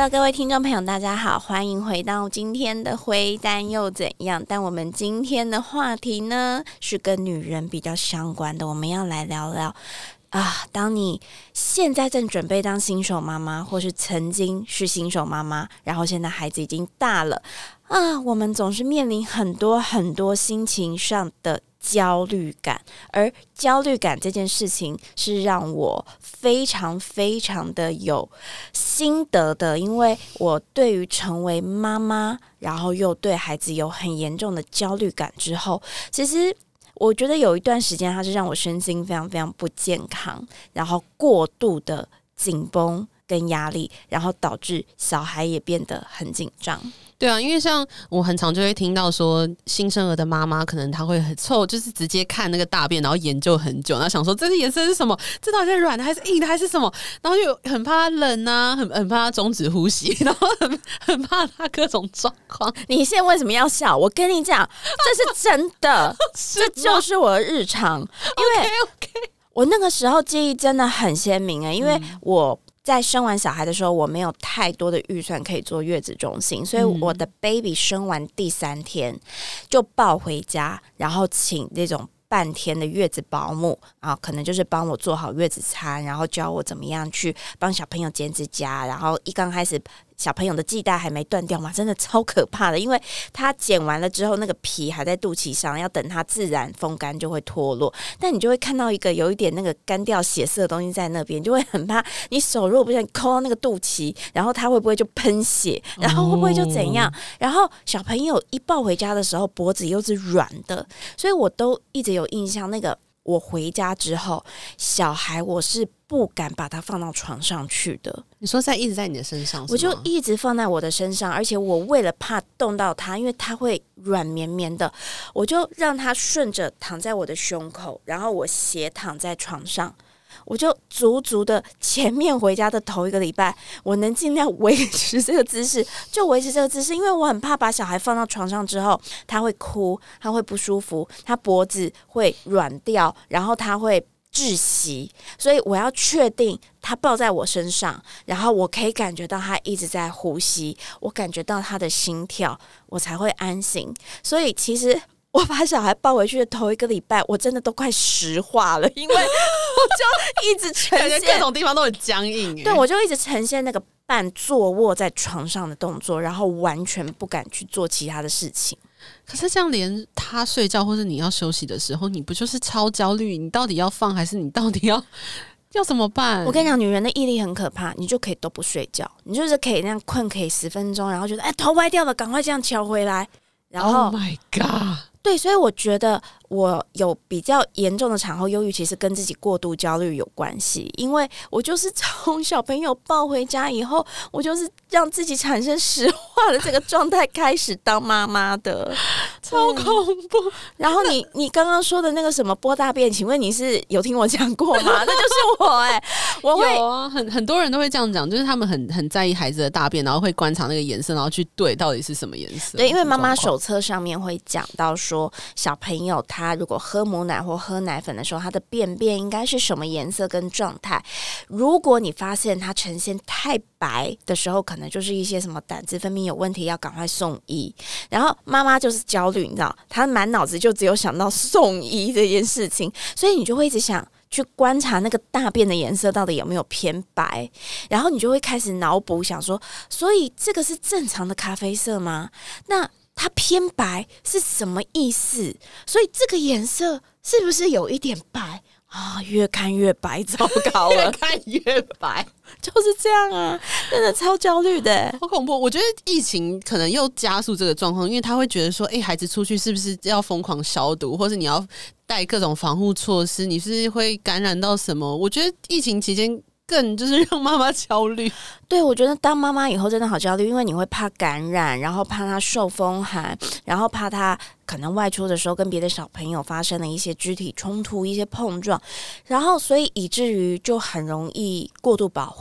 Hello， 各位听众朋友，大家好，欢迎回到今天的灰单又怎样？但我们今天的话题呢，是跟女人比较相关的，我们要来聊聊当你现在正准备当新手妈妈，或是曾经是新手妈妈，然后现在孩子已经大了我们总是面临很多很多心情上的焦虑感，而焦虑感这件事情是让我非常非常的有心得的，因为我对于成为妈妈，然后又对孩子有很严重的焦虑感之后，其实我觉得有一段时间它是让我身心非常非常不健康，然后过度的紧绷跟压力，然后导致小孩也变得很紧张。 对啊，因为像我很常就会听到说，新生儿的妈妈可能她会很臭，就是直接看那个大便，然后研究很久，然后想说这个颜色是什么，这到底是软的还是硬的还是什么，然后就很怕他冷啊，很怕他终止呼吸，然后很怕他各种状况。 你现在为什么要笑？我跟你讲，这是真的，这就是我的日常。因为我那个时候记忆真的很鲜明因为我在生完小孩的时候，我没有太多的预算可以做月子中心，所以我的 baby 生完第3天就抱回家，然后请那种半天的月子保姆可能就是帮我做好月子餐，然后教我怎么样去帮小朋友剪指甲，然后一刚开始小朋友的系带还没断掉嘛，真的超可怕的，因为他剪完了之后那个皮还在肚脐上，要等它自然风干就会脱落，但你就会看到一个有一点那个干掉血色的东西在那边，就会很怕你手如果不小心抠到那个肚脐，然后它会不会就喷血，然后会不会就怎样然后小朋友一抱回家的时候脖子又是软的，所以我都一直有印象，那个我回家之后小孩我是不敢把它放到床上去的。 你说一直在你的身上是吗？ 我就一直放在我的身上，而且我为了怕动到它，因为它会软绵绵的，我就让它顺着躺在我的胸口，然后我斜躺在床上，我就足足的前面回家的头1个礼拜，我能尽量维持这个姿势，就维持这个姿势，因为我很怕把小孩放到床上之后，他会哭，他会不舒服，他脖子会软掉，然后他会窒息，所以我要确定他抱在我身上，然后我可以感觉到他一直在呼吸，我感觉到他的心跳，我才会安心。所以其实我把小孩抱回去的头1个礼拜，我真的都快石化了，因为我就一直呈现各种地方都很僵硬对，我就一直呈现那个半坐卧在床上的动作，然后完全不敢去做其他的事情。 可是这样连他睡觉或是你要休息的时候，你不就是超焦虑？你到底要放还是你到底要怎么办？ 我跟你讲，女人的毅力很可怕，你就可以都不睡觉，你就是可以那样困，可以10分钟，然后觉得头歪掉了，赶快这样敲回来，然后 Oh my god！ 对，所以我觉得我有比较严重的产后忧郁，其实跟自己过度焦虑有关系，因为我就是从小朋友抱回家以后，我就是让自己产生石化的这个状态开始当妈妈的， 超恐怖。 然后你刚刚说的那个什么拨大便，请问你是有听我讲过吗？那就是我我会有啊，很多人都会这样讲，就是他们很在意孩子的大便，然后会观察那个颜色，然后去对到底是什么颜色。 对，因为妈妈手册上面会讲到说，小朋友他如果喝母奶或喝奶粉的时候，他的便便应该是什么颜色跟状态。如果你发现他呈现太白的时候，可能就是一些什么胆汁分泌有问题，要赶快送医。然后妈妈就是焦虑，你知道，她满脑子就只有想到送医这件事情，所以你就会一直想去观察那个大便的颜色到底有没有偏白，然后你就会开始脑补，想说，所以这个是正常的咖啡色吗？那它偏白是什么意思？所以这个颜色是不是有一点白越看越白，糟糕了， 越看越白， 就是这样啊，真的超焦虑的， 好恐怖。我觉得疫情可能又加速这个状况，因为他会觉得说，孩子出去是不是要疯狂消毒，或是你要带各种防护措施，你是会感染到什么？我觉得疫情期间更就是让妈妈焦虑。 对，我觉得当妈妈以后真的好焦虑，因为你会怕感染，然后怕她受风寒，然后怕她可能外出的时候跟别的小朋友发生了一些肢体冲突、一些碰撞，然后所以以至于就很容易过度保护。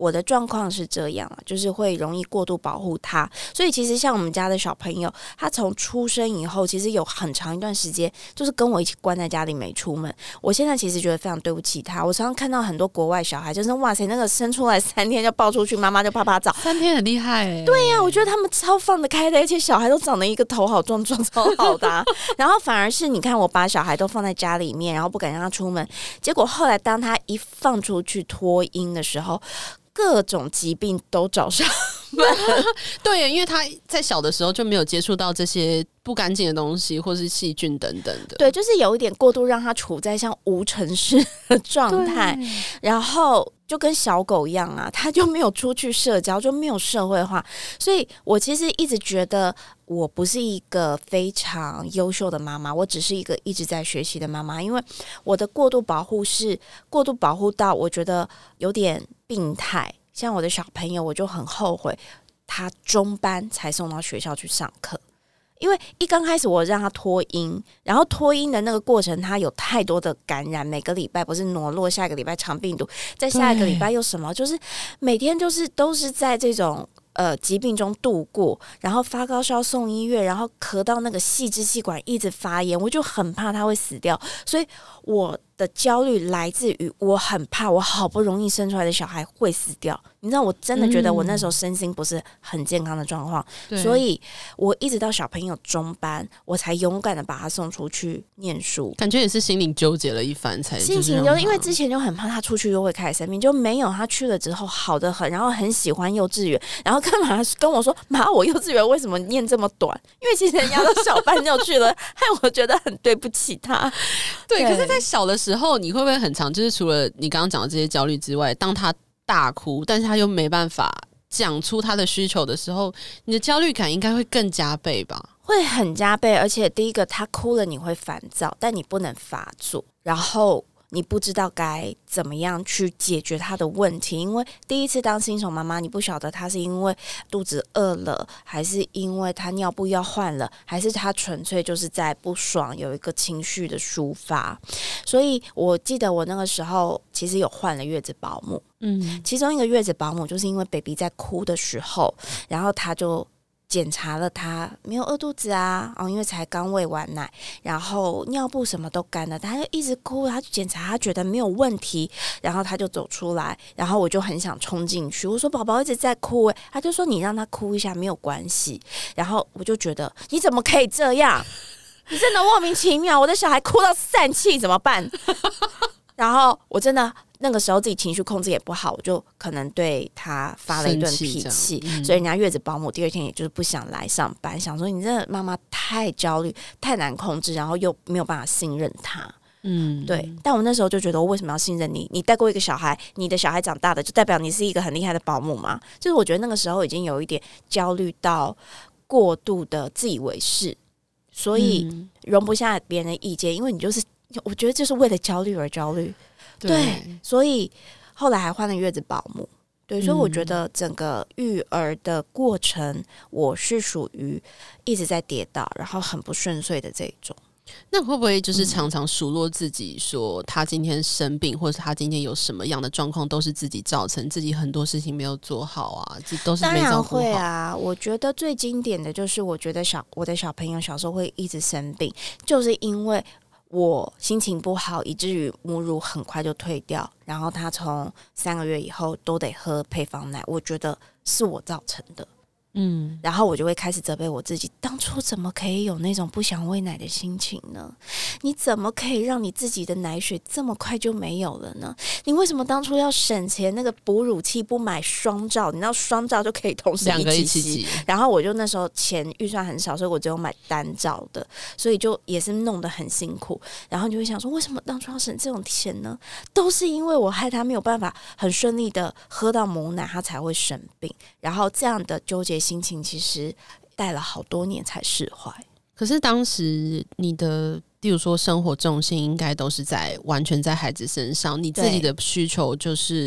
我的状况是这样啊，就是会容易过度保护他，所以其实像我们家的小朋友，他从出生以后，其实有很长一段时间就是跟我一起关在家里没出门。我现在其实觉得非常对不起他，我常常看到很多国外小孩，就是哇塞，那个生出来3天就抱出去，妈妈就啪啪照 ，3天很厉害欸。 对呀，我觉得他们超放得开的，而且小孩都长得一个头好壮壮，超好的啊。然后反而是你看，我把小孩都放在家里面，然后不敢让他出门，结果后来当他一放出去脱婴的时候，各种疾病都找上门。 对，因为他在小的时候就没有接触到这些不干净的东西或是细菌等等的。 对，就是有一点过度让他处在像无尘室的状态，然后就跟小狗一样啊，他就没有出去社交，就没有社会化。所以我其实一直觉得我不是一个非常优秀的妈妈，我只是一个一直在学习的妈妈，因为我的过度保护是过度保护到我觉得有点病态。像我的小朋友，我就很后悔他中班才送到学校去上课，因为一刚开始我让他托婴，然后托婴的那个过程他有太多的感染，每个礼拜不是挪落，下一个礼拜肠病毒，在下一个礼拜又什么，就是每天都是在这种疾病中度过，然后发高烧送医院，然后咳到那个细支气管一直发炎，我就很怕他会死掉，所以我的焦虑来自于我很怕我好不容易生出来的小孩会死掉。你知道我真的觉得我那时候身心不是很健康的状况，所以我一直到小朋友中班我才勇敢的把他送出去念书， 感觉也是心灵纠结了一番才心情就因为之前就很怕他出去又会开始生病，就没有他去了之后好得很，然后很喜欢幼稚园，然后干嘛跟我说妈我幼稚园为什么念这么短，因为其实人家都小班就去了，害我觉得很对不起他。 对，可是在小的时候你会不会很常就是除了你刚刚讲的这些焦虑之外，当他大哭但是他又没办法讲出他的需求的时候，你的焦虑感应该会更加倍吧？ 会很加倍，而且第一个他哭了你会烦躁，但你不能发作，然后你不知道该怎么样去解决他的问题，因为第一次当新手妈妈，你不晓得他是因为肚子饿了，还是因为他尿布要换了，还是他纯粹就是在不爽，有一个情绪的抒发。所以我记得我那个时候其实有换了月子保姆，其中一个月子保姆就是因为 baby 在哭的时候，然后他就检查了他没有饿肚子啊，因为才刚喂完奶，然后尿布什么都干了，他就一直哭，他检查他觉得没有问题，然后他就走出来，然后我就很想冲进去，我说宝宝一直在哭他就说你让他哭一下没有关系，然后我就觉得你怎么可以这样，你真的莫名其妙，我的小孩哭到散气怎么办？然后我真的那个时候自己情绪控制也不好，我就可能对他发了一顿脾气，所以人家月子保姆第二天也就是不想来上班，想说你这妈妈太焦虑太难控制，然后又没有办法信任他。对，但我那时候就觉得我为什么要信任你？你带过一个小孩，你的小孩长大的就代表你是一个很厉害的保姆吗？就是我觉得那个时候已经有一点焦虑到过度的自以为是，所以容不下别人的意见，因为你就是我觉得就是为了焦虑而焦虑。对，所以后来还换了月子保姆。对，所以我觉得整个育儿的过程，我是属于一直在跌倒，然后很不顺遂的这一种。 那会不会就是常常数落自己说他今天生病，或者他今天有什么样的状况都是自己造成，自己很多事情没有做好啊，都是没照顾好。当然会啊，我觉得最经典的就是我觉得我的小朋友小时候会一直生病，就是因为我心情不好，以至于母乳很快就退掉，然后他从3个月以后都得喝配方奶，我觉得是我造成的。然后我就会开始责备我自己，当初怎么可以有那种不想喂奶的心情呢？你怎么可以让你自己的奶水这么快就没有了呢？你为什么当初要省钱那个哺乳器不买双罩？你知道双罩就可以同时两个一起挤， 然后我就那时候钱预算很少，所以我只有买单罩的，所以就也是弄得很辛苦。然后你就会想说，为什么当初要省这种钱呢？都是因为我害他没有办法很顺利的喝到母奶，他才会生病。然后这样的纠结心情其实带了好多年才释怀。 可是当时你的例如说生活重心应该都是完全在孩子身上，你自己的需求就是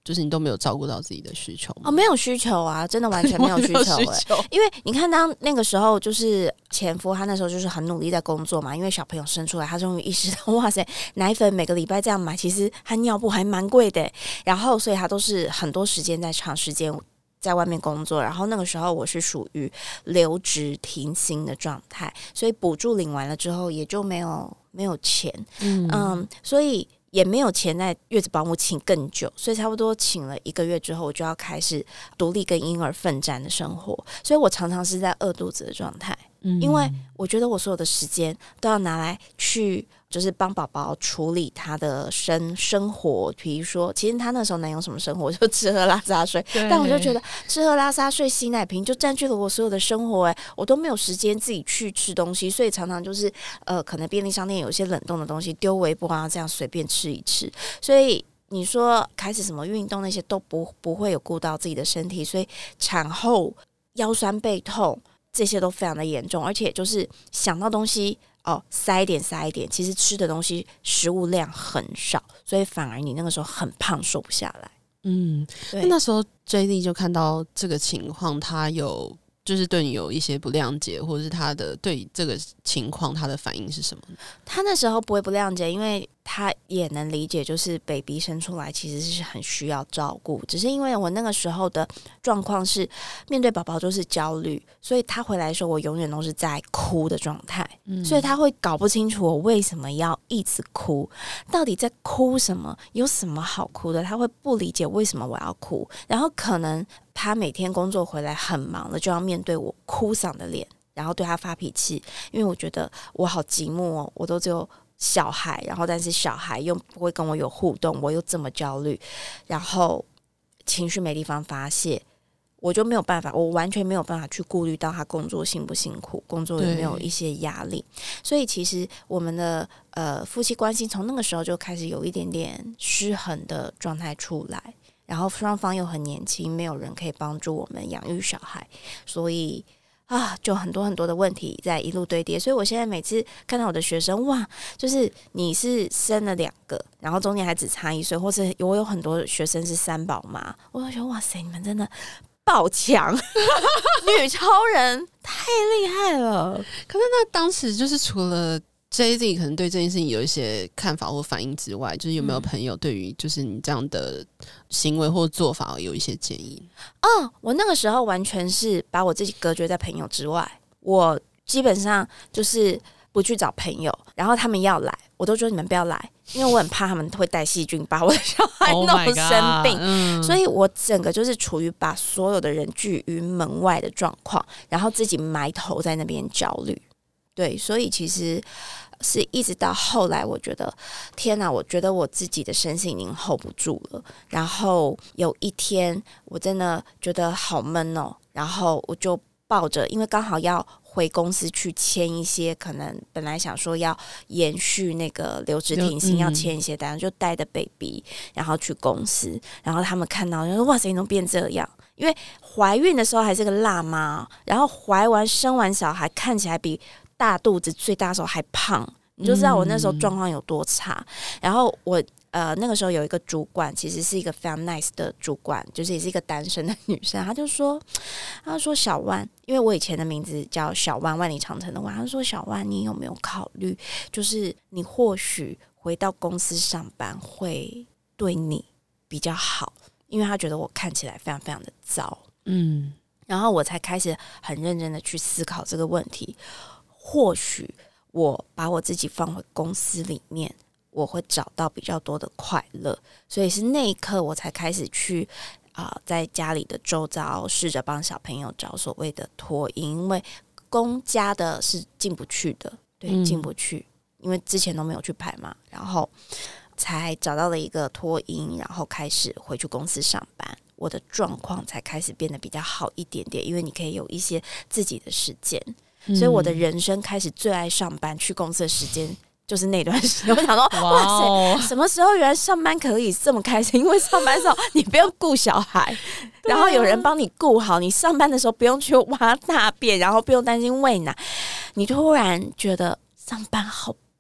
就是你都没有照顾到自己的需求吗？ 没有需求啊，真的完全没有需求因为你看当那个时候就是前夫他那时候就是很努力在工作嘛，因为小朋友生出来他终于意识到哇塞，奶粉每个礼拜这样买其实和尿布还蛮贵的，然后所以他都是很多时间在长时间在外面工作，然后那个时候我是属于留职停薪的状态，所以补助领完了之后也就没有钱，所以也没有钱在月子保姆请更久，所以差不多请了1个月之后，我就要开始独立跟婴儿奋战的生活，所以我常常是在饿肚子的状态，因为我觉得我所有的时间都要拿来去就是帮宝宝处理他的生活，比如说其实他那时候能有什么生活就吃喝拉撒睡，但我就觉得吃喝拉撒睡洗奶瓶就占据了我所有的生活，我都没有时间自己去吃东西，所以常常就是可能便利商店有一些冷冻的东西丢微波啊，这样随便吃一吃，所以你说开始什么运动那些都不会有顾到自己的身体，所以产后腰酸背痛这些都非常的严重，而且就是想到东西塞一点，其实吃的东西食物量很少，所以反而你那个时候很胖瘦不下来。 那时候 JD 就看到这个情况，他有就是对你有一些不谅解，或者是他的对这个情况他的反应是什么呢？ 他那时候不会不谅解，因为他也能理解，就是 baby 生出来其实是很需要照顾，只是因为我那个时候的状况是面对宝宝就是焦虑，所以他回来的时候我永远都是在哭的状态，所以他会搞不清楚我为什么要一直哭，到底在哭什么，有什么好哭的，他会不理解为什么我要哭，然后可能他每天工作回来很忙了，就要面对我哭丧的脸，然后对他发脾气，因为我觉得我好寂寞我都只有小孩，然后但是小孩又不会跟我有互动，我又这么焦虑，然后情绪没地方发泄，我就没有办法，我完全没有办法去顾虑到他工作辛不辛苦，工作有没有一些压力，所以其实我们的夫妻关系从那个时候就开始有一点点失衡的状态出来，然后双方又很年轻，没有人可以帮助我们养育小孩，所以就很多很多的问题在一路堆叠，所以我现在每次看到我的学生，哇，就是你是生了2个，然后中间还只差1岁，或者我有很多学生是3宝妈，我就觉得哇塞，你们真的爆强女超人太厉害了。 可是那当时就是除了JD 可能对这件事情有一些看法或反应之外，就是有没有朋友对于就是你这样的行为或做法有一些建议？ 我那个时候完全是把我自己隔绝在朋友之外，我基本上就是不去找朋友，然后他们要来我都觉得你们不要来，因为我很怕他们会带细菌把我的小孩弄生病，所以我整个就是处于把所有的人拒于门外的状况，然后自己埋头在那边焦虑。对，所以其实是一直到后来我觉得天哪，我觉得我自己的身心已经 hold 不住了，然后有一天我真的觉得好闷然后我就抱着，因为刚好要回公司去签一些可能本来想说要延续那个留职停薪要签一些单，就带着 baby 然后去公司，然后他们看到就说哇塞你都变这样，因为怀孕的时候还是个辣妈，然后怀完生完小孩看起来比大肚子最大的时候还胖，你就知道我那时候状况有多差。然后我那个时候有一个主管，其实是一个非常 nice 的主管，就是也是一个单身的女生，她就说小万，因为我以前的名字叫小万，万里长城的万，她说小万你有没有考虑，就是你或许回到公司上班会对你比较好，因为她觉得我看起来非常非常的糟。然后我才开始很认真的去思考这个问题，或许我把我自己放回公司里面，我会找到比较多的快乐，所以是那一刻我才开始去在家里的周遭试着帮小朋友找所谓的托婴，因为公家的是进不去的，对，进不去，因为之前都没有去排嘛，然后才找到了一个托婴，然后开始回去公司上班，我的状况才开始变得比较好一点点，因为你可以有一些自己的时间，所以我的人生开始最爱上班去公司的时间就是那段时间。我想说哇塞，什么时候原来上班可以这么开心，因为上班的时候你不用顾小孩然后有人帮你顾好，你上班的时候不用去挖大便，然后不用担心喂奶，你突然觉得上班好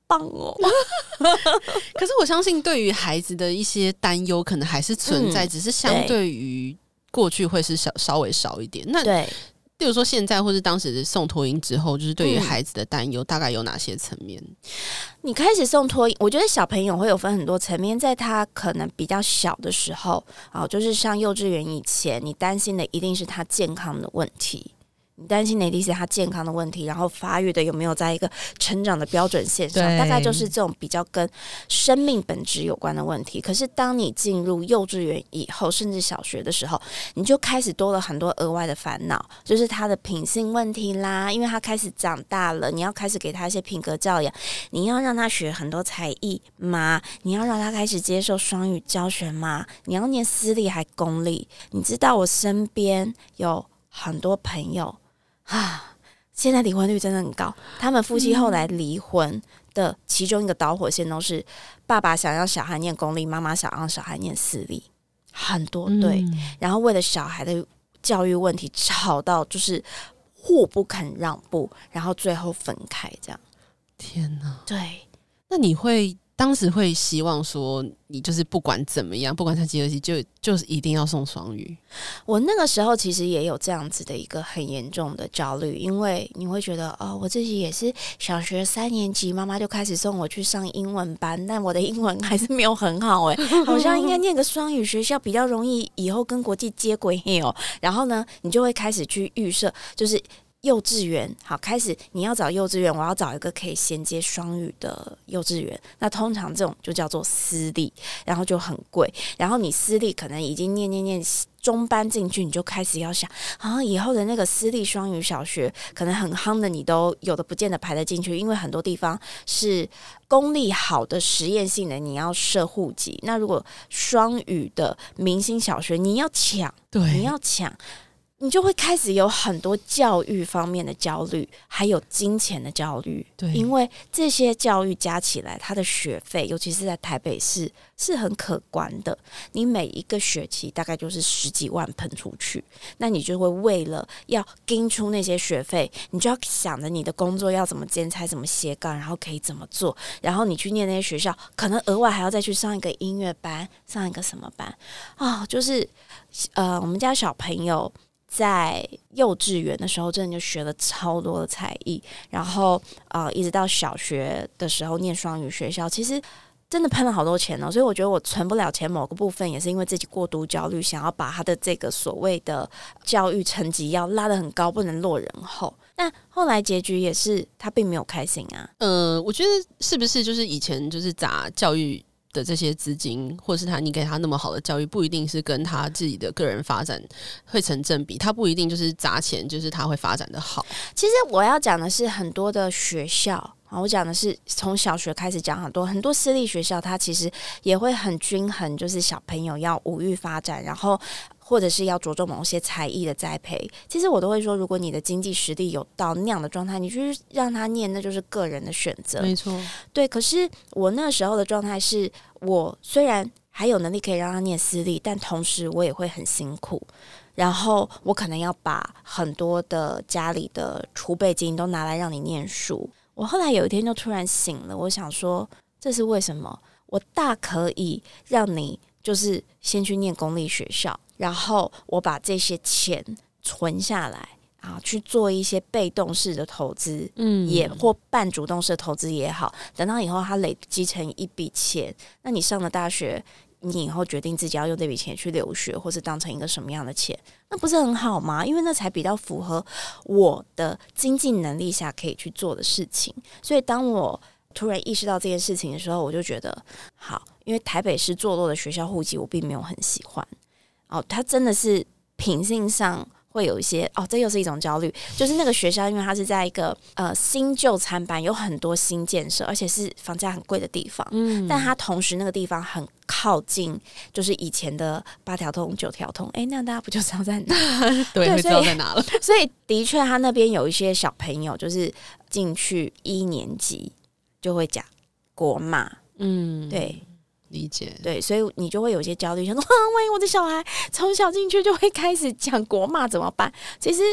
棒哦。 可是我相信对于孩子的一些担忧可能还是存在，只是相对于过去会是稍微少一点。那对， 例如说现在或是当时送托婴之后，就是对于孩子的担忧大概有哪些层面？ 你开始送托婴，我觉得小朋友会有分很多层面，在他可能比较小的时候，就是上幼稚园以前，你担心的一定是他健康的问题。你担心的一定是他健康的问题，然后发育的有没有在一个成长的标准线上，大概就是这种比较跟生命本质有关的问题。可是当你进入幼稚园以后，甚至小学的时候，你就开始多了很多额外的烦恼，就是他的品性问题啦，因为他开始长大了，你要开始给他一些品格教养，你要让他学很多才艺吗？你要让他开始接受双语教学吗？你要念私立还公立？你知道我身边有很多朋友现在离婚率真的很高，他们夫妻后来离婚的其中一个导火线都是爸爸想让小孩念公立，妈妈想让小孩念私立，很多对，然后为了小孩的教育问题吵到就是互不肯让步，然后最后分开这样。 天哪！ 对， 那你当时会希望说，你就是不管怎么样，不管他几2级，就是一定要送双语。 我那个时候其实也有这样子的一个很严重的焦虑，因为你会觉得我自己也是小学3年级，妈妈就开始送我去上英文班，但我的英文还是没有很好好像应该念个双语学校比较容易以后跟国际接轨然后呢，你就会开始去预设，就是幼稚园好，开始你要找幼稚园，我要找一个可以衔接双语的幼稚园。那通常这种就叫做私立，然后就很贵。然后你私立可能已经念中班进去，你就开始要想，以后的那个私立双语小学可能很夯的，你都有的不见得排得进去，因为很多地方是公立好的实验性的，你要设户籍。那如果双语的明星小学，你要抢，你就会开始有很多教育方面的焦虑，还有金钱的焦虑。对，因为这些教育加起来，它的学费，尤其是在台北市，是很可观的。你每一个学期大概就是10几万喷出去，那你就会为了要盯出那些学费，你就要想着你的工作要怎么兼差、怎么斜杠，然后可以怎么做，然后你去念那些学校，可能额外还要再去上一个音乐班，上一个什么班就是我们家小朋友在幼稚园的时候真的就学了超多的才艺，然后一直到小学的时候念双语学校，其实真的喷了好多钱所以我觉得我存不了钱，某个部分也是因为自己过度焦虑，想要把他的这个所谓的教育成绩要拉得很高，不能落人后。但后来结局也是他并没有开心我觉得是不是就是以前就是砸教育的这些资金，或是你给他那么好的教育，不一定是跟他自己的个人发展会成正比，他不一定就是砸钱就是他会发展的好。 其实我要讲的是很多的学校，我讲的是从小学开始讲，很多私立学校它其实也会很均衡，就是小朋友要5育发展，然后或者是要着重某些才艺的栽培。其实我都会说，如果你的经济实力有到那样的状态，你去让他念，那就是个人的选择。 没错， 对。可是我那时候的状态是，我虽然还有能力可以让他念私立，但同时我也会很辛苦，然后我可能要把很多的家里的储备金都拿来让你念书。我后来有一天就突然醒了，我想说，这是为什么？我大可以让你就是先去念公立学校，然后我把这些钱存下来去做一些被动式的投资，也或半主动式的投资也好，等到以后它累积成一笔钱，那你上了大学，你以后决定自己要用这笔钱去留学，或是当成一个什么样的钱，那不是很好吗？因为那才比较符合我的经济能力下可以去做的事情。所以当我突然意识到这件事情的时候，我就觉得好，因为台北市坐落的学校户籍我并没有很喜欢它真的是品性上会有一些这又是一种焦虑，就是那个学校因为它是在一个新旧参半，有很多新建设，而且是房价很贵的地方，但它同时那个地方很靠近就是以前的8条通9条通，那大家不就知道在哪对，会知道在哪了。 所以的确他那边有一些小朋友就是进去1年级就会讲国骂，对， 理解。 对，所以你就会有一些焦虑，想说万一我的小孩从小进去就会开始讲国骂怎么办？其实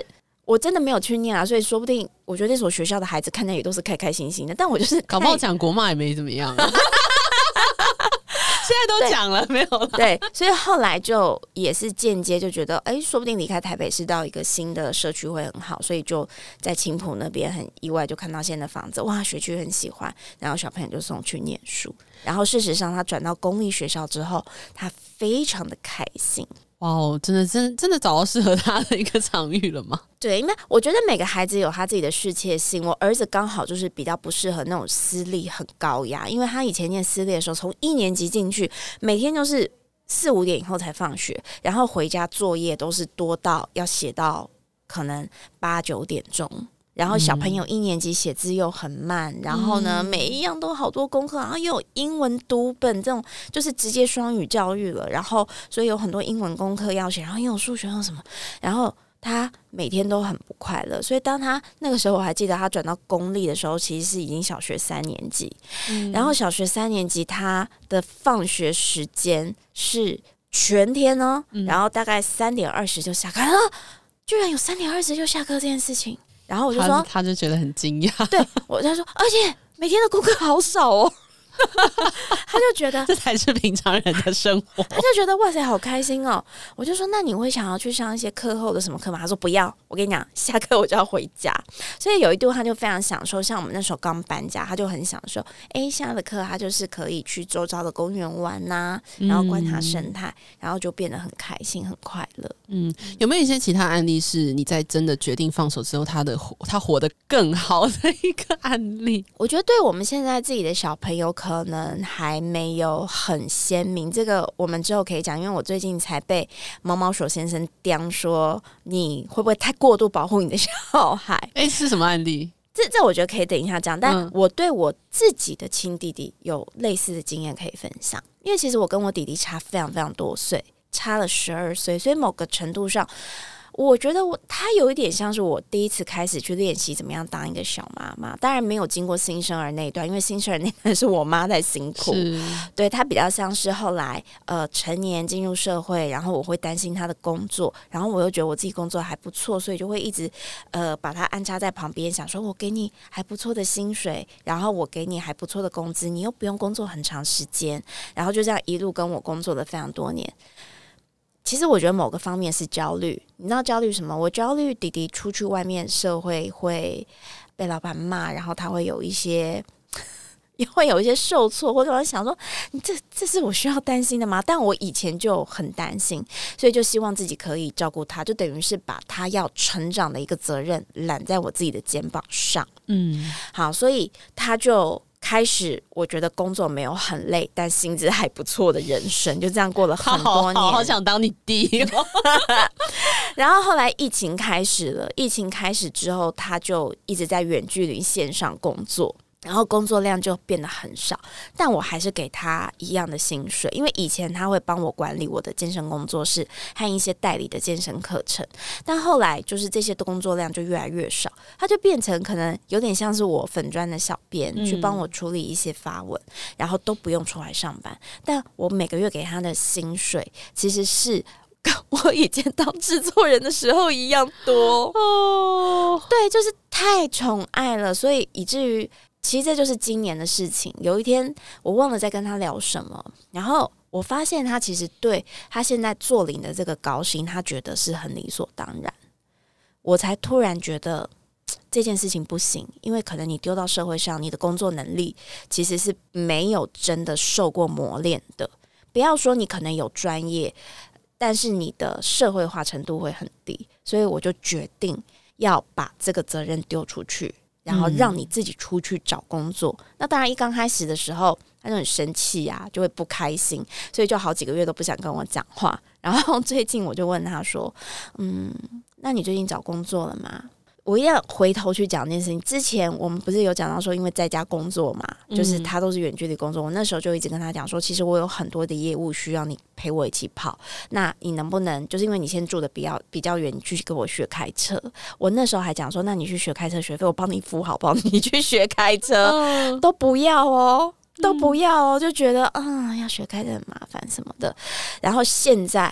我真的没有去念啊，所以说不定我觉得那所学校的孩子看起来也都是开开心心的，但我就是搞不好讲国骂也没怎么样啊。现在都讲了没有了？ 对，所以后来就也是间接就觉得，说不定离开台北市到一个新的社区会很好，所以就在青埔那边很意外就看到现在的房子，哇，学区很喜欢，然后小朋友就送去念书，然后事实上他转到公立学校之后，他非常的开心。 哇哦，真的找到适合他的一个场域了吗？ 对，因为我觉得每个孩子有他自己的适切性。我儿子刚好就是比较不适合那种私立很高压，因为他以前念私立的时候，从1年级进去，每天就是4、5点以后才放学，然后回家作业都是多到要写到可能8、9点钟。然后小朋友1年级写字又很慢，然后呢每一样都好多功课，然后又有英文读本，这种就是直接双语教育了，然后所以有很多英文功课要写，然后又有数学又什么，然后他每天都很不快乐。所以当他那个时候，我还记得他转到公立的时候，其实是已经小学3年级，然后小学3年级他的放学时间是全天哦，然后大概3点20就下课了，居然有3点20就下课这件事情。然后我就说， 他就觉得很惊讶。 对，我就说，而且每天的功课好少哦。他就觉得这才是平常人的生活， 他就觉得哇塞好开心哦。我就说那你会想要去上一些课后的什么课吗？他说不要，我跟你讲下课我就要回家。所以有一度他就非常享受，像我们那时候刚搬家，他就很享受下的课他就是可以去周遭的公园玩啊，然后观察生态，然后就变得很开心很快乐。 有没有一些其他案例是你在真的决定放手之后他活得更好的一个案例？ 我觉得对我们现在自己的小朋友可能还没有很鲜明，这个我们之后可以讲，因为我最近才被毛毛手先生刁说你会不会太过度保护你的小孩。 是什么案例？ 这我觉得可以等一下讲，但我对我自己的亲弟弟有类似的经验可以分享。因为其实我跟我弟弟差非常非常多岁，差了12岁，所以某个程度上我觉得他有一点像是我第一次开始去练习怎么样当一个小妈妈。当然没有经过新生儿那一段，因为新生儿那一段是我妈在辛苦，对，他比较像是后来成年进入社会，然后我会担心他的工作，然后我又觉得我自己工作还不错，所以就会一直把他安插在旁边，想说我给你还不错的薪水，然后我给你还不错的工资，你又不用工作很长时间，然后就这样一路跟我工作了非常多年。其实我觉得某个方面是焦虑，你知道焦虑什么？我焦虑弟弟出去外面社会会被老板骂，然后他会有一些也会有一些受挫，或者我想说这是我需要担心的吗？但我以前就很担心，所以就希望自己可以照顾他，就等于是把他要成长的一个责任揽在我自己的肩膀上。好，所以他就开始我觉得工作没有很累，但薪资还不错的人生，就这样过了很多年。 好想当你弟哦。 然后后来疫情开始了，疫情开始之后他就一直在远距离线上工作，然后工作量就变得很少，但我还是给他一样的薪水，因为以前他会帮我管理我的健身工作室和一些代理的健身课程，但后来就是这些工作量就越来越少，他就变成可能有点像是我粉专的小编，去帮我处理一些发文，然后都不用出来上班，但我每个月给他的薪水其实是跟我以前当制作人的时候一样多哦。对，就是太宠爱了，所以以至于其实这就是今年的事情。有一天我忘了在跟他聊什么，然后我发现他其实对他现在做领的这个高薪，他觉得是很理所当然。我才突然觉得这件事情不行，因为可能你丢到社会上，你的工作能力其实是没有真的受过磨练的。不要说你可能有专业，但是你的社会化程度会很低，所以我就决定要把这个责任丢出去，然后让你自己出去找工作。那当然一刚开始的时候他就很生气啊，就会不开心，所以就好几个月都不想跟我讲话。然后最近我就问他说那你最近找工作了吗？我一定要回头去讲这件事情。之前我们不是有讲到说因为在家工作嘛，就是他都是远距离工作，我那时候就一直跟他讲说其实我有很多的业务需要你陪我一起跑，那你能不能就是因为你先住的比较远，你去给我学开车。我那时候还讲说那你去学开车学费我帮你付好不好，你去学开车都不要哦，都不要哦，就觉得要学开车很麻烦什么的。然后现在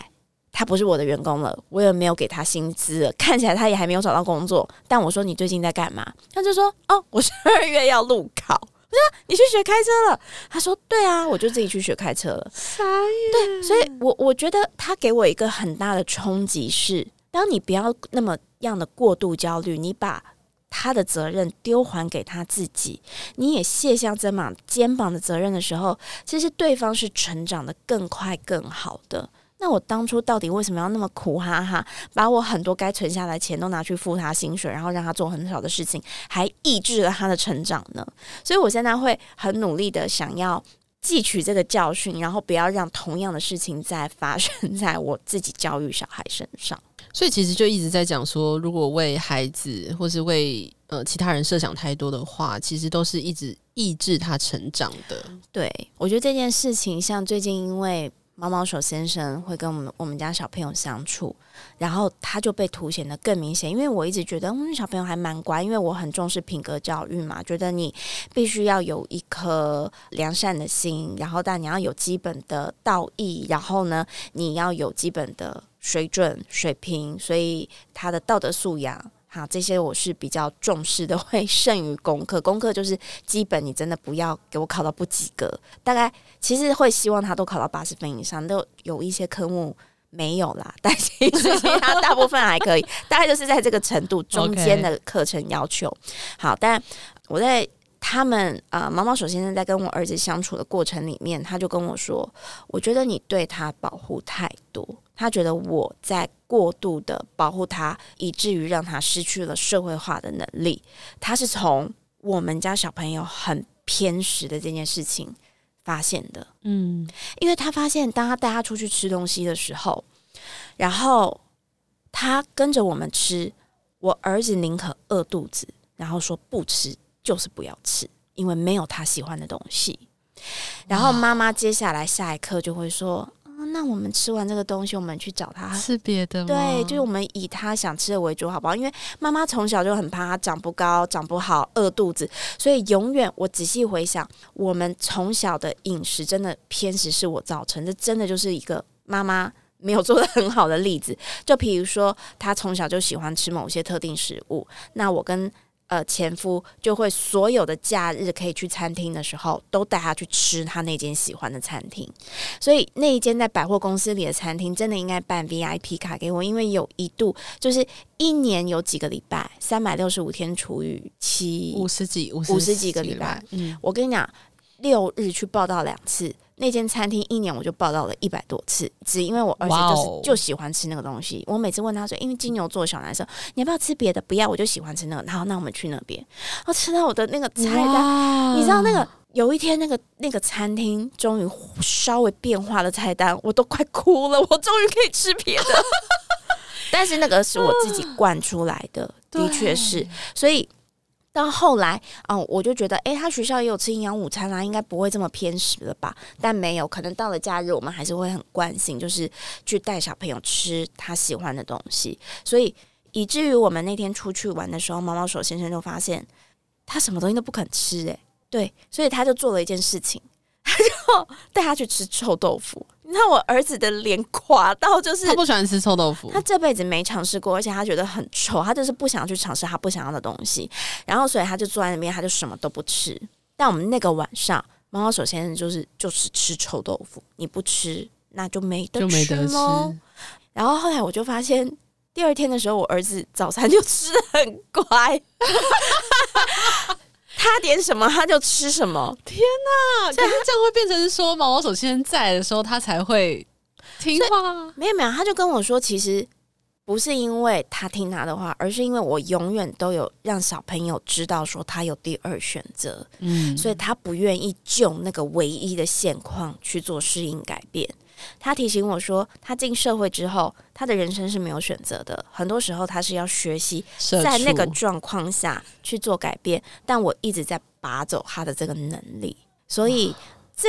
他不是我的员工了，我也没有给他薪资了，看起来他也还没有找到工作。但我说你最近在干嘛？他就说哦，我12月要路考。我说你去学开车了？他说对啊，我就自己去学开车了。 傻眼。 对，所以我觉得他给我一个很大的冲击是，当你不要那么样的过度焦虑，你把他的责任丢还给他自己，你也卸下肩膀的责任的时候，其实对方是成长的更快更好的。那我当初到底为什么要那么苦哈哈，把我很多该存下来的钱都拿去付他薪水，然后让他做很少的事情，还抑制了他的成长呢？所以我现在会很努力的想要汲取这个教训，然后不要让同样的事情再发生在我自己教育小孩身上。 所以其实就一直在讲说，如果为孩子或是为其他人设想太多的话，其实都是一直抑制他成长的。 对，我觉得这件事情，像最近因为毛毛手先生会跟我们家小朋友相处，然后他就被凸显得更明显。因为我一直觉得小朋友还蛮乖，因为我很重视品格教育嘛，觉得你必须要有一颗良善的心，然后但你要有基本的道义，然后呢你要有基本的水准水平，所以他的道德素养好，这些我是比较重视的，会胜于功课。功课就是基本，你真的不要给我考到不及格。大概其实会希望他都考到80分以上，都有一些科目没有啦，但其实他大部分还可以，大概就是在这个程度中间的课程要求。好，但我在他们毛毛手先生在跟我儿子相处的过程里面，他就跟我说，我觉得你对他保护太多，他觉得我在过度的保护他，以至于让他失去了社会化的能力。他是从我们家小朋友很偏食的这件事情发现的。因为他发现当他带他出去吃东西的时候，然后他跟着我们吃，我儿子宁可饿肚子，然后说不吃就是不要吃，因为没有他喜欢的东西。然后妈妈接下来下一刻就会说，那我们吃完这个东西，我们去找他吃别的吗？ 对，就是我们以他想吃的为主，好不好？因为妈妈从小就很怕他长不高、长不好、饿肚子，所以永远我仔细回想，我们从小的饮食真的偏食是我造成，这真的就是一个妈妈没有做得很好的例子。就比如说，他从小就喜欢吃某些特定食物，那我跟前夫就会所有的假日可以去餐厅的时候，都带他去吃他那间喜欢的餐厅。所以那一间在百货公司里的餐厅，真的应该办 VIP 卡给我，因为有一度就是一年有几个礼拜，365天除以7，50几个礼拜。我跟你讲，6日去报到2次。那间餐厅一年我就报到了100多次，只因为我儿子就喜欢吃那个东西。我每次问他说，因为金牛座小男生，你要不要吃别的？不要，我就喜欢吃那个。好，那我们去那边。我吃到我的那个菜单，你知道那个有一天那个餐厅终于稍微变化了菜单，我都快哭了。我终于可以吃别的，但是那个是我自己惯出来的，的确是，所以。到后来我就觉得他学校也有吃营养午餐啦，应该不会这么偏食了吧。但没有，可能到了假日我们还是会很惯性，就是去带小朋友吃他喜欢的东西。所以以至于我们那天出去玩的时候，毛毛手先生就发现他什么东西都不肯吃对，所以他就做了一件事情，他就带他去吃臭豆腐。你知道我儿子的脸垮到就是他不喜欢吃臭豆腐， 他这辈子没尝试过，而且他觉得很臭，他就是不想去尝试他不想要的东西，然后所以他就坐在那边，他就什么都不吃。但我们那个晚上，毛毛手先生就是吃臭豆腐，你不吃那就没得吃咯。然后后来我就发现，第二天的时候，我儿子早餐就吃得很乖。他点什么他就吃什么。 天哪！可是这样会变成是说毛毛手先生在的时候他才会听话？ 没有，他就跟我说，其实不是因为他听他的话，而是因为我永远都有让小朋友知道说他有第二选择，所以他不愿意就那个唯一的现况去做适应改变。他提醒我说，他进社会之后，他的人生是没有选择的，很多时候他是要学习在那个状况下去做改变，但我一直在拔走他的这个能力，所以这个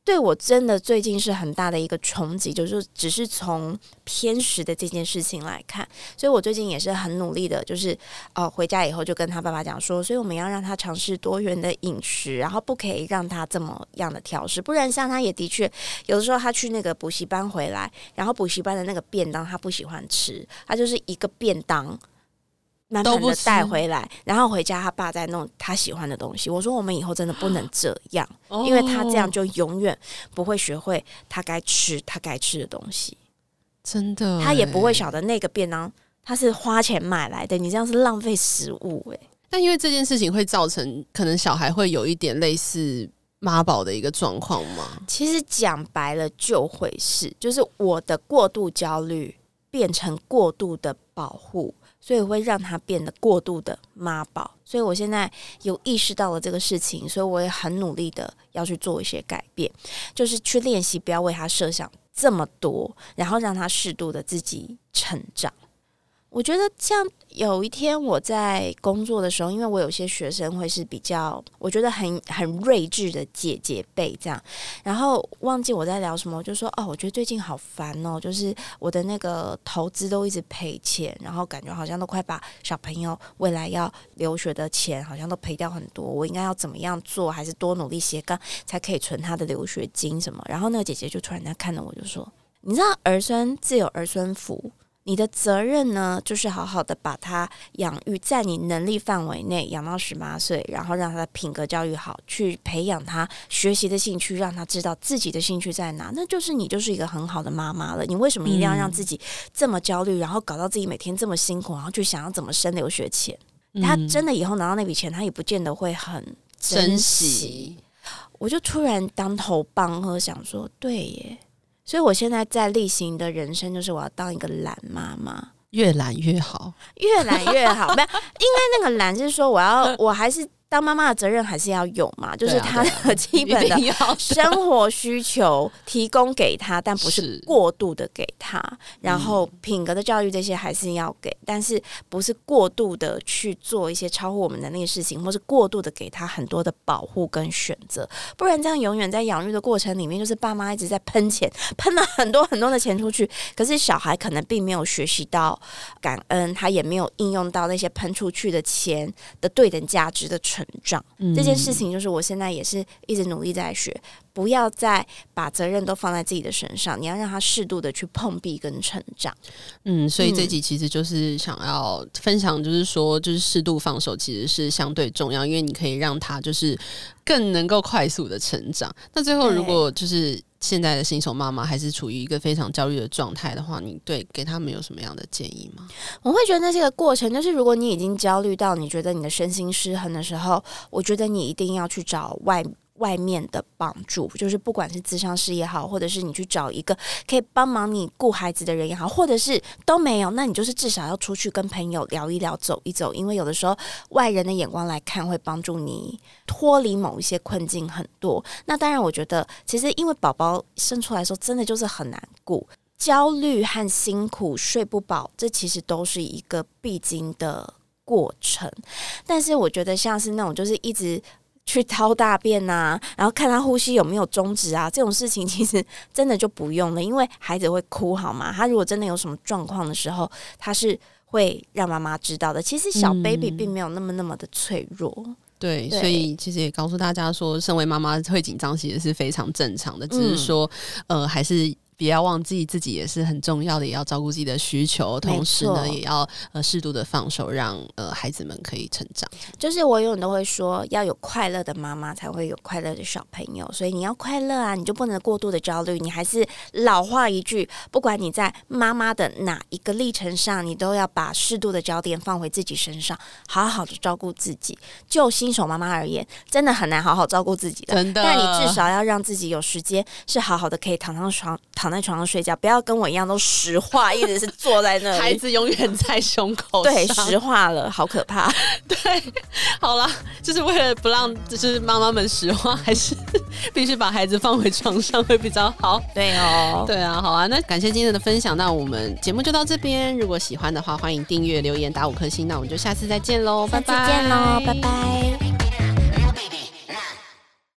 对我真的最近是很大的一个冲击，就是只是从偏食的这件事情来看，所以我最近也是很努力的，就是回家以后就跟他爸爸讲说，所以我们要让他尝试多元的饮食，然后不可以让他这么样的挑食，不然像他也的确有的时候他去那个补习班回来，然后补习班的那个便当他不喜欢吃，他就是一个便当满满的带回来，然后回家他爸在弄他喜欢的东西。我说我们以后真的不能这样，因为他这样就永远不会学会他该吃的东西。 真的， 他也不会晓得那个便当他是花钱买来的，你这样是浪费食物。 但因为这件事情会造成可能小孩会有一点类似妈宝的一个状况吗？ 其实讲白了就会是，就是我的过度焦虑变成过度的保护，所以会让他变得过度的妈宝。所以我现在有意识到了这个事情，所以我也很努力的要去做一些改变，就是去练习不要为他设想这么多，然后让他适度的自己成长。我觉得像有一天我在工作的时候，因为我有些学生会是比较我觉得很睿智的姐姐辈这样，然后忘记我在聊什么，我就说我觉得最近好烦哦，就是我的那个投资都一直赔钱，然后感觉好像都快把小朋友未来要留学的钱好像都赔掉很多，我应该要怎么样做，还是多努力斜杠才可以存他的留学金什么。然后那个姐姐就突然间看着我就说，你知道儿孙自有儿孙福，你的责任呢，就是好好的把他养育在你能力范围内，养到18岁，然后让他的品格教育好，去培养他学习的兴趣，让他知道自己的兴趣在哪，那就是你就是一个很好的妈妈了。你为什么一定要让自己这么焦虑，然后搞到自己每天这么辛苦，然后去想要怎么生留学钱？他真的以后拿到那笔钱，他也不见得会很珍惜。我就突然当头棒喝，想说对耶。所以我现在在例行的人生就是我要当一个懒妈妈， 越懒越好， 越懒越好。没有，应该那个懒是说我还是当妈妈的责任还是要有嘛，就是他的基本的生活需求提供给他，但不是过度的给他。然后品格的教育这些还是要给，但是不是过度的去做一些超乎我们能力的事情，或是过度的给他很多的保护跟选择。不然这样永远在养育的过程里面，就是爸妈一直在喷钱，喷了很多很多的钱出去，可是小孩可能并没有学习到感恩，他也没有应用到那些喷出去的钱的对等价值的成长。这件事情就是我现在也是一直努力在学，不要再把责任都放在自己的身上，你要让他适度的去碰壁跟成长。 所以这集其实就是想要分享，就是说就是适度放手其实是相对重要，因为你可以让他就是更能够快速的成长。那最后如果就是现在的新手妈妈还是处于一个非常焦虑的状态的话，你给他们有什么样的建议吗？ 我会觉得那是个过程，就是如果你已经焦虑到你觉得你的身心失衡的时候，我觉得你一定要去找外面的帮助，就是不管是咨商师也好，或者是你去找一个可以帮忙你顾孩子的人也好，或者是都没有，那你就是至少要出去跟朋友聊一聊，走一走，因为有的时候外人的眼光来看会帮助你脱离某一些困境很多。那当然我觉得其实因为宝宝生出来的时候真的就是很难顾，焦虑和辛苦睡不饱，这其实都是一个必经的过程。但是我觉得像是那种就是一直去掏大便啊，然后看他呼吸有没有终止啊，这种事情其实真的就不用了，因为孩子会哭好吗？他如果真的有什么状况的时候，他是会让妈妈知道的。其实小 baby 并没有那么的脆弱。 对，所以其实也告诉大家说，身为妈妈会紧张其实是非常正常的，只是说还是不要忘记自己也是很重要的，也要照顾自己的需求，同时呢也要适度的放手，让孩子们可以成长。 就是我永远都会说，要有快乐的妈妈才会有快乐的小朋友，所以你要快乐啊，你就不能过度的焦虑。你还是老话一句，不管你在妈妈的哪一个历程上，你都要把适度的焦点放回自己身上，好好的照顾自己。就新手妈妈而言，真的很难好好照顾自己的， 真的。 但你至少要让自己有时间是好好的可以躺在床上睡觉，不要跟我一样都石化，一直是坐在那里， 孩子永远在胸口上， 对，石化了，好可怕。 对，好啦，就是为了不让就是妈妈们石化，还是必须把孩子放回床上会比较好。 对哦， 对啊，好啊，那感谢今天的分享，那我们节目就到这边。如果喜欢的话，欢迎订阅、留言、打5颗星，那我们就下次再见喽，拜拜， 下次见喽，拜拜。